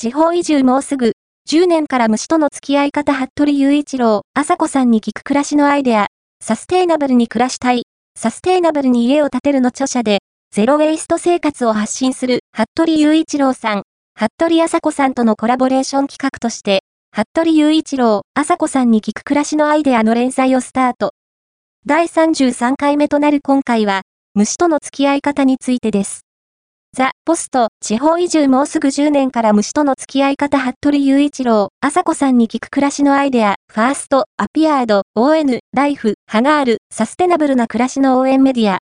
地方移住もうすぐ、10年から虫との付き合い方服部雄一郎、朝子さんに聞く暮らしのアイデア、サステイナブルに暮らしたい、サステイナブルに家を建てるの著者で、ゼロ・ウェイスト生活を発信する服部雄一郎さん、服部朝子さんとのコラボレーション企画として、服部雄一郎、朝子さんに聞く暮らしのアイデアの連載をスタート。第33回目となる今回は、虫との付き合い方についてです。ザ・ポスト、地方移住もうすぐ10年から虫との付き合い方服部雄一郎、朝子さんに聞く暮らしのアイデア、ファースト、アピアード、ON、ライフ、ハガール、サステナブルな暮らしの応援メディア、